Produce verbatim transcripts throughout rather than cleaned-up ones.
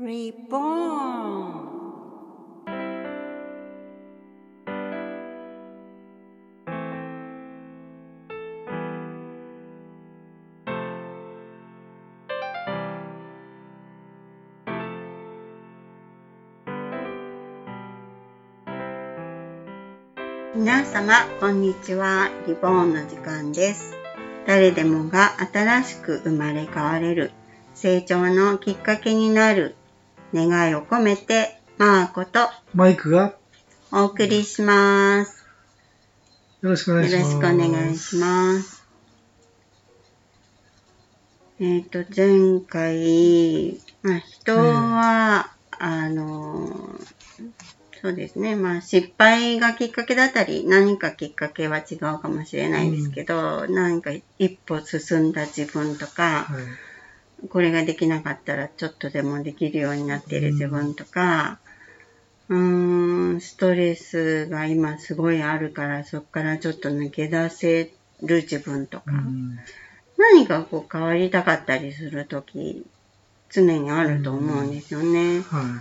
Reborn。皆様こんにちは。リボーンの時間です。誰でもが新しく生まれ変われる、成長のきっかけになる願いを込めて、マーコとマイクがお送りします。 よろしくお願いします。 よろしくお願いします。えっ、ー、と前回、まあ、人は、えー、あのそうですね。まあ失敗がきっかけだったり、何かきっかけは違うかもしれないですけど、うん、何か一歩進んだ自分とか、はい、これができなかったらちょっとでもできるようになっている自分とか、うーん、ストレスが今すごいあるから、そこからちょっと抜け出せる自分とか、うん、何かこう変わりたかったりするとき、常にあると思うんですよね。うんはい、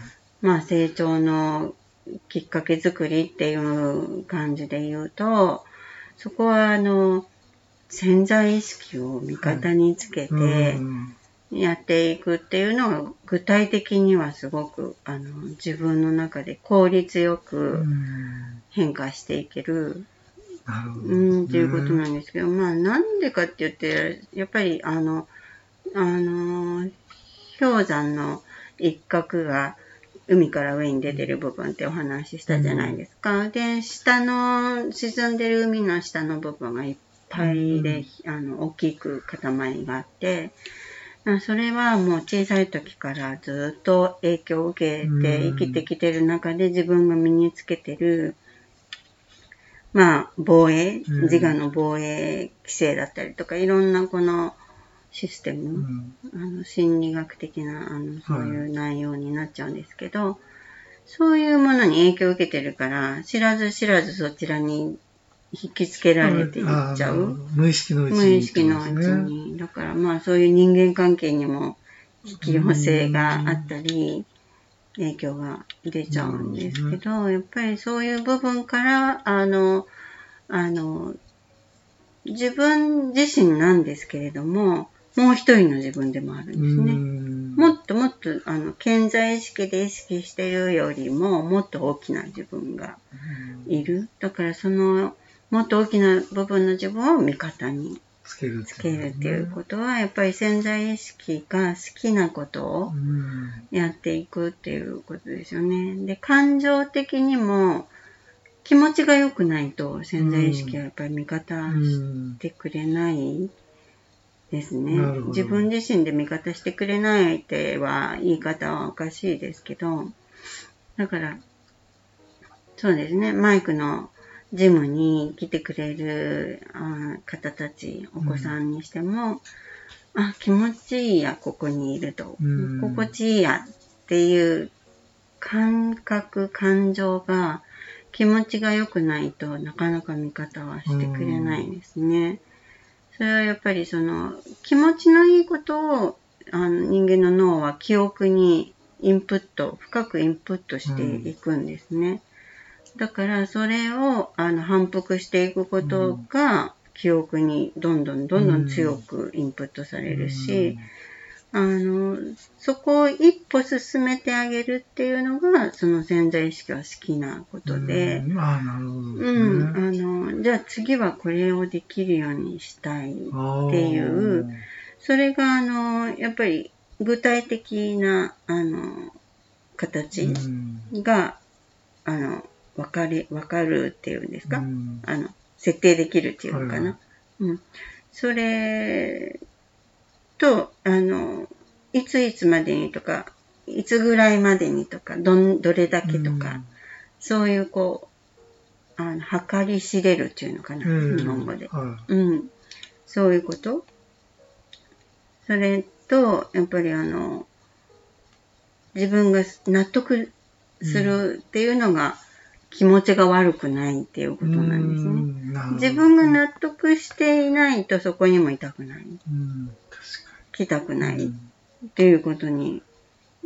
まあ成長のきっかけ作りっていう感じで言うと、そこはあの潜在意識を味方につけてやっていくっていうのが具体的にはすごくあの自分の中で効率よく変化していける、うんっていうことなんですけど、まあなんでかって言ってやっぱりあのあの氷山の一角が海から上に出てる部分ってお話ししたじゃないですか。うん、で、下の、沈んでる海の下の部分がいっぱいで、うん、あの、大きく塊があって、それはもう小さい時からずっと影響を受けて生きてきてる中で自分が身につけてる、まあ、防衛、自我の防衛規制だったりとか、いろんなこの、システム、うん、あの心理学的なあのそういう内容になっちゃうんですけど、はい、そういうものに影響を受けてるから知らず知らずそちらに引きつけられていっちゃう、 無意識のうちに、 無意識のうちにだからまあそういう人間関係にも引き寄せがあったり影響が出ちゃうんですけど、やっぱりそういう部分からあのあの自分自身なんですけれども、もう一人の自分でもあるんですね。もっともっとあの顕在意識で意識しているよりももっと大きな自分がいる。だからそのもっと大きな部分の自分を味方につけるっていうことは、やっぱり潜在意識が好きなことをやっていくっていうことですよね。で、感情的にも気持ちが良くないと潜在意識はやっぱり味方してくれないですね。自分自身で味方してくれない相手は言い方はおかしいですけど、だからそうですね、マイクのジムに来てくれる方たち、お子さんにしても、うん、あ、気持ちいいや、ここにいると、うん、心地いいやっていう感覚、感情が気持ちが良くないとなかなか味方はしてくれないですね。それはやっぱりその気持ちのいいことをあの人間の脳は記憶にインプット、深くインプットしていくんですね。うん、だからそれをあの反復していくことが記憶にどんどんどんどん強くインプットされるし、うん、あのそこを一歩進めてあげるっていうのがその潜在意識は好きなことで、うん、あなるほどですね。うん、あのじゃあ次はこれをできるようにしたいっていうそれがあのやっぱり具体的なあの形が、うん、あの分かり分かるっていうんですか、うん、あの設定できるっていうのかな、はいうん、それとあのいついつまでにとかいつぐらいまでにとかどんどれだけとか、うん、そういうこうあの計り知れるっていうのかな、うん、日本語で、はいうん、そういうことそれとやっぱりあの自分が納得するっていうのが、気持ちが悪くないっていうことなんですね。自分が納得していないとそこにもいたくない。うん、確かに来たくないっていうことに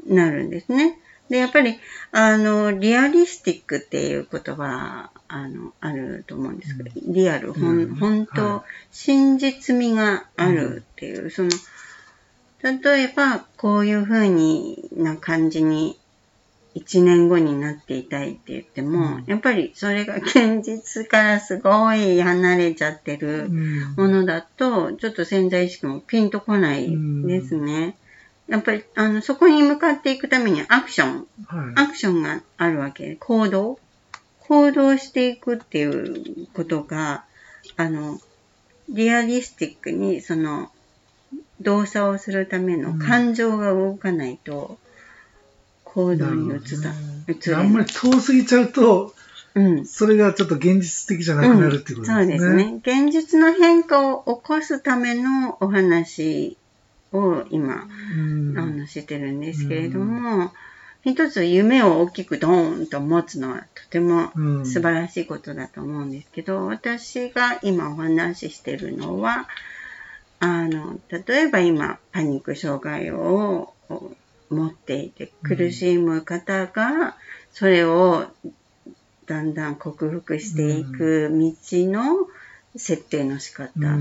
なるんですね。で、やっぱり、あの、リアリスティックっていう言葉、あの、あると思うんですけど、うん、リアル、ほん、本当、はい、真実味があるっていう、うん、その、例えば、こういう風にな感じに、一年後になっていたいって言っても、うん、やっぱりそれが現実からすごい離れちゃってるものだと、ちょっと潜在意識もピンとこないですね。うん、やっぱり、あの、そこに向かっていくためにアクション、はい、アクションがあるわけで、行動、行動していくっていうことが、あの、リアリスティックにその動作をするための感情が動かないと、行動に移さ、 ね、移れない。あんまり遠すぎちゃうと、うん、それがちょっと現実的じゃなくなるっていうことですね。 うん、そうですね。現実の変化を起こすためのお話を今、うん、あのしてるんですけれども、うん、一つ夢を大きくドーンと持つのはとても素晴らしいことだと思うんですけど、うん、私が今お話ししてるのは、あの、例えば今、パニック障害を持っていて苦しむ方が、それをだんだん克服していく道の設定の仕方とか、うん、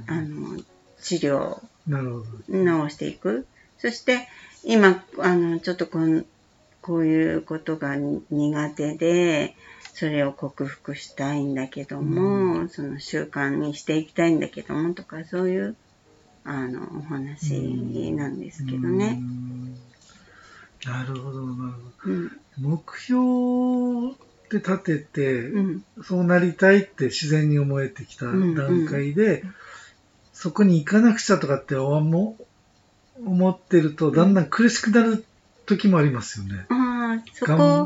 あの、治療、治していく。そして、今、あの、ちょっとこんこういうことが苦手で、それを克服したいんだけども、うん、その習慣にしていきたいんだけどもとか、そういう、あの、お話なんですけどね。 なるほど、なるほど。うん、目標って立てて、うん、そうなりたいって自然に思えてきた段階で、うんうん、そこに行かなくちゃとかって思思ってると、だんだん苦しくなる時もありますよね。 うん、ああ、そこ、うん、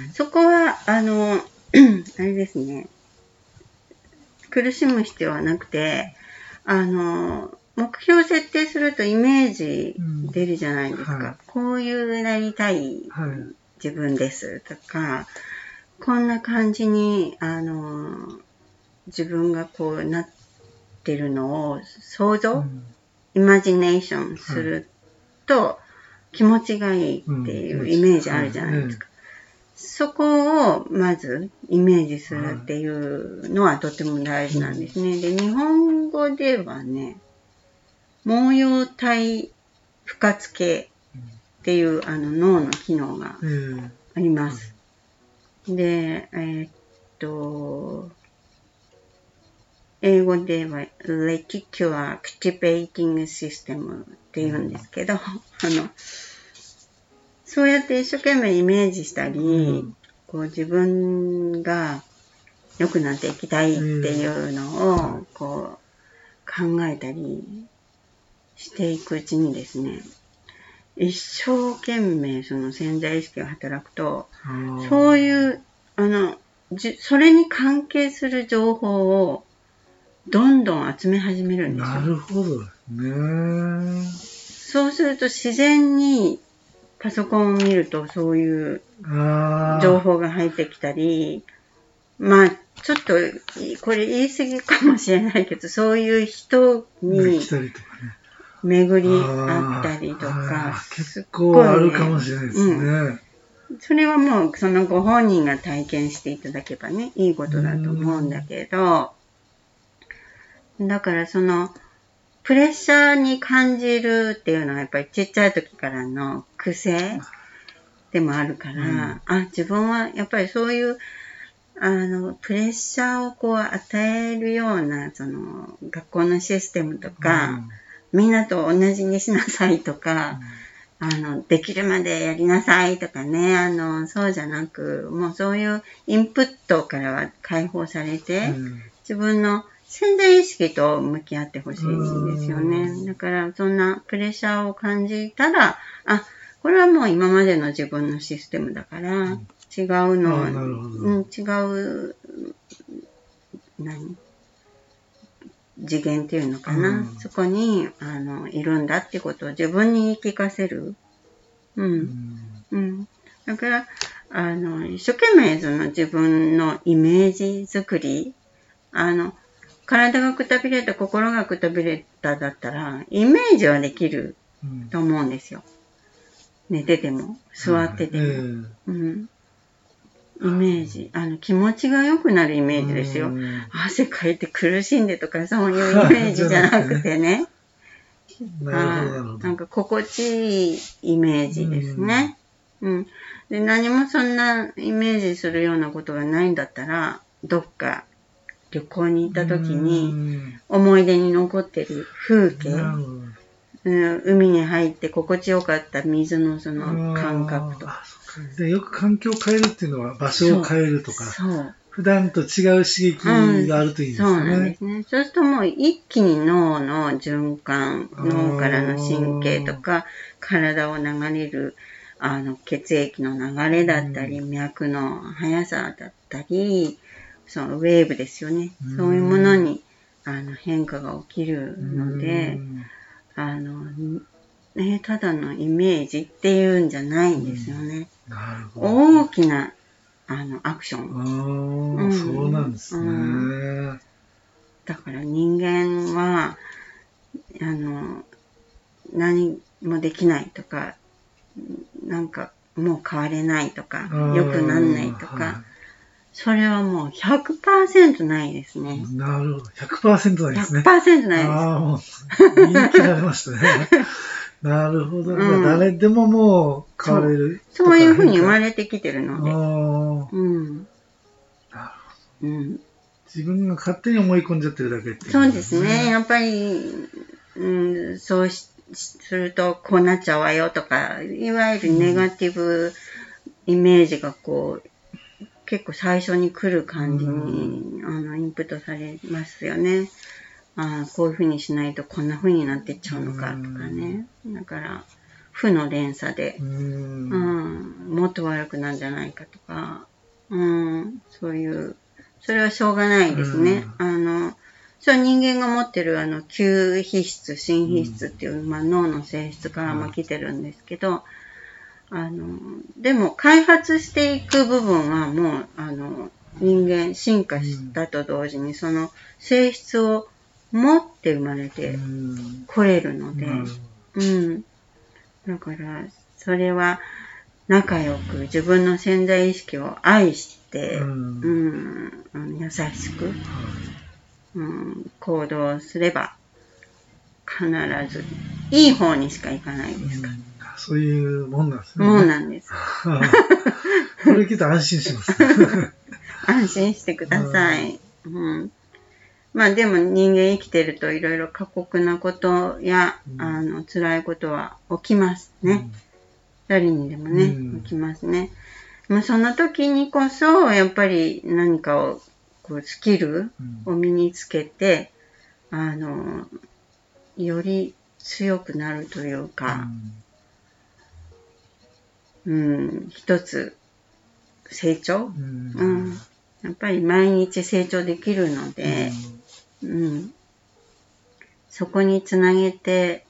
そこは、あの、あれですね。苦しむ必要はなくて、あの、目標設定するとイメージ出るじゃないですか。うんはい、こういうなりたい自分ですとか、こんな感じに、あの、自分がこうなってるのを想像、うん、イマジネーションすると気持ちがいいっていうイメージあるじゃないですか。そこをまずイメージするっていうのはとても大事なんですね。で、日本語ではね、毛様体不活系っていうあの脳の機能があります。で、えー、っと、英語では Reticular Activating System って言うんですけど、あの、そうやって一生懸命イメージしたり、うん、こう自分が良くなっていきたいっていうのをこう考えたりしていくうちにですね、一生懸命その潜在意識が働くと、そういうあのじそれに関係する情報をどんどん集め始めるんですよ。 なるほどね。 そうすると自然にパソコンを見るとそういう情報が入ってきたり、まあちょっとこれ言い過ぎかもしれないけど、そういう人に巡り合ったりとか、 結構あるかもしれないですね。うんそれはもうそのご本人が体験していただけばね、いいことだと思うんだけど、だからそのプレッシャーに感じるっていうのはやっぱりちっちゃい時からの癖でもあるから、うん、あ、自分はやっぱりそういうあのプレッシャーをこう与えるようなその学校のシステムとか、うん、みんなと同じにしなさいとか、うん、あのできるまでやりなさいとかね、あのそうじゃなく、もうそういうインプットからは解放されて、うん、自分の潜在意識と向き合ってほしいんですよね。だからそんなプレッシャーを感じたら、あ、これはもう今までの自分のシステムだから、うん、違うの、うん、違う、何次元っていうのかな、うん、そこにあのいるんだってことを自分に言い聞かせる。うん。うん。うん、だから、あの、一生懸命その自分のイメージ作り、あの、体がくたびれた、心がくたびれただったら、イメージはできると思うんですよ。 寝てても、座ってても。えーうん、イメージ。あの、気持ちが良くなるイメージですよ。汗かいて苦しんでとか、そういうイメージじゃなくてね。 なるほど、なるほど。 なんか心地いいイメージですね。うん、で、何もそんなイメージするようなことがないんだったら、どっか旅行に行った時に思い出に残ってる風景、うん、海に入って心地よかった水のその感覚とか。 でよく環境を変えるっていうのは場所を変えるとか、そう普段と違う刺激があるといいですね、うん。そうなんですね。 そうするともう一気に脳の循環、脳からの神経とか、体を流れるあの血液の流れだったり、うん、脈の速さだったり、そのウェーブですよね。うん、そういうものにあの変化が起きるので、うん、あのね、ただのイメージっていうんじゃないんですよね。 うん、なるほど大きなあのアクション。 ああ、うん、そうなんですね、うん。 だから人間はあの何もできないとか、なんかもう変われないとか、良くなんないとか、はい、それはもう ひゃくパーセント ないですね。 なるほど。ひゃくパーセント ないですね。 ひゃくパーセント ないです。 ああ、もう言い切られましたね。なるほど、うん。誰でももう変われるそう。そういうふうに生まれてきてるので。 あうん、なるほど、うん。自分が勝手に思い込んじゃってるだけっていう、ね。 そうですね。やっぱり、うん、そうしするとこうなっちゃうわよとか、いわゆるネガティブイメージがこう、結構最初に来る感じに、うん、あのインプットされますよね。あこういうふうにしないとこんなふうになってっちゃうのかとかね。だから負の連鎖で、うん、もっと悪くなるんじゃないかとか、うん、そういうそれはしょうがないですね。あのそれは人間が持ってるあの吸皮質、新皮質っていう、まあ、脳の性質からも来てるんですけど、あのでも開発していく部分はもうあの人間進化したと同時にその性質を持って生まれてこれるので、うん、だからそれは仲良く自分の潜在意識を愛して、うんうん、優しく、うん、行動すれば必ずいい方にしか行かないですか。うんそういうもんなんですね。 もんなんです。 これ聞いたら安心します。 安心してください。うん、まあでも人間生きてるといろいろ過酷なことや、うん、あの辛いことは起きますね。うん、誰にでもね、うん、起きますね。まあその時にこそやっぱり何かをこうスキルを身につけて、うん、あのより強くなるというか。うんうん、一つ成長、うんうん、やっぱり毎日成長できるので、うんうん、そこにつなげて、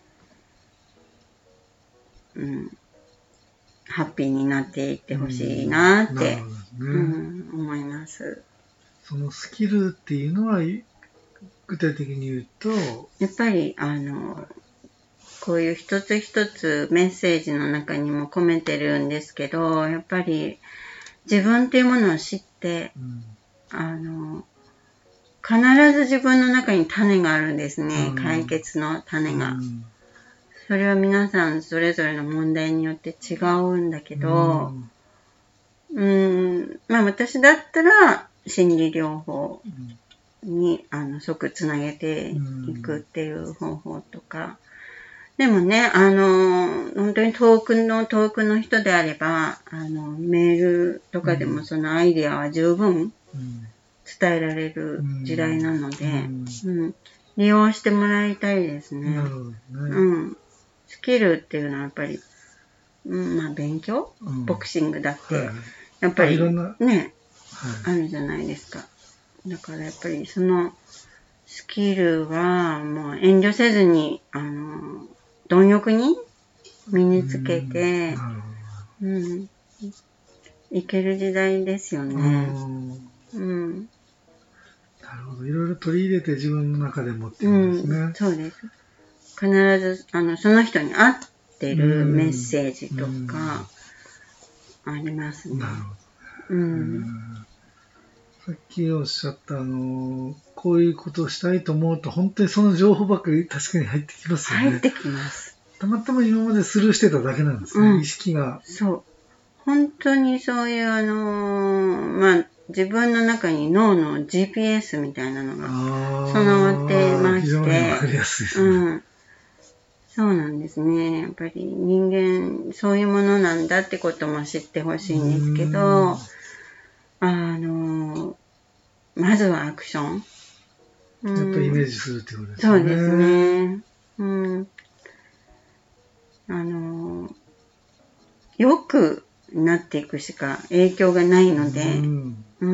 うん、ハッピーになっていってほしいなって、うんねうん、思います。 そのスキルっていうのは具体的に言うとやっぱりあのこういう一つ一つメッセージの中にも込めてるんですけど、やっぱり自分っていうものを知って、うん、あの必ず自分の中に種があるんですね、うん、解決の種が、うん、それは皆さんそれぞれの問題によって違うんだけど、うん、うんまあ私だったら心理療法にあの即つなげていくっていう方法とか、でもね、あの、本当に遠くの遠くの人であれば、あの、メールとかでもそのアイディアは十分伝えられる時代なので、うんうん、利用してもらいたいですね。なるほどね。うん。スキルっていうのはやっぱり、うん、まあ勉強、うん、ボクシングだって、はい、やっぱりね、はい、あるじゃないですか。だからやっぱりそのスキルはもう遠慮せずに、あの、貪欲に身につけて、うん、うん、いける時代ですよね。うん。 なるほど。いろいろ取り入れて自分の中でもっていうことですね。 うん、そうです。必ず、あの、その人に合っってるメッセージとかありますね。 なるほど。うん。 うんさっきおっしゃったあのこういうことをしたいと思うと本当にその情報ばっかり確かに入ってきますよね。 入ってきます。 たまたま今までスルーしてただけなんですね、うん、意識が。 そう。本当にそういうあのまあ自分の中に脳の ジーピーエス みたいなのが備わってまして。 非常にわかりやすいですね。 うん。そうなんですね。やっぱり人間そういうものなんだってことも知ってほしいんですけど、あのまずはアクション。 うん、やっぱりイメージするってことですね。 そうですね。うん。あのよくなっていくしか影響がないので。うん。うん、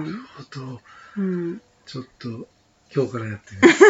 なるほど。 うん。 ちょっと今日からやってみます。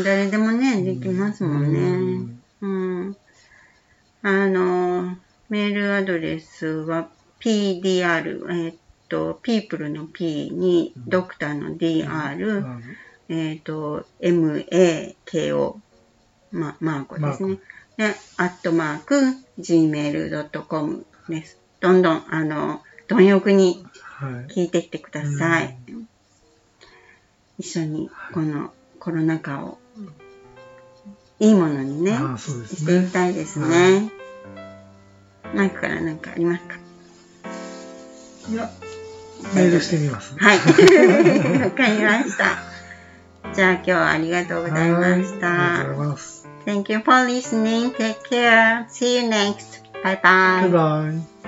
誰でもね、できますもんね。うん。うん、あの、メールアドレスは ピーディーアール、えっと、ピープルの P に、ドクターの ディーアール、うん、えっと、エムエーケーオー、ま、マーコですね。で、アットマーク、ジーメールドットコム です。どんどん、あの、貪欲に聞いてきてください。はい、一緒に、このコロナ禍を、いいものにね、 ああそうですねしていきたいですね。マイクから何かありますか？ いや、メールしてみます。 はい。わかりました。じゃあ今日はありがとうございました。 ありがとうございます。 Thank you for listening. Take care. See you next. Bye bye. Bye bye.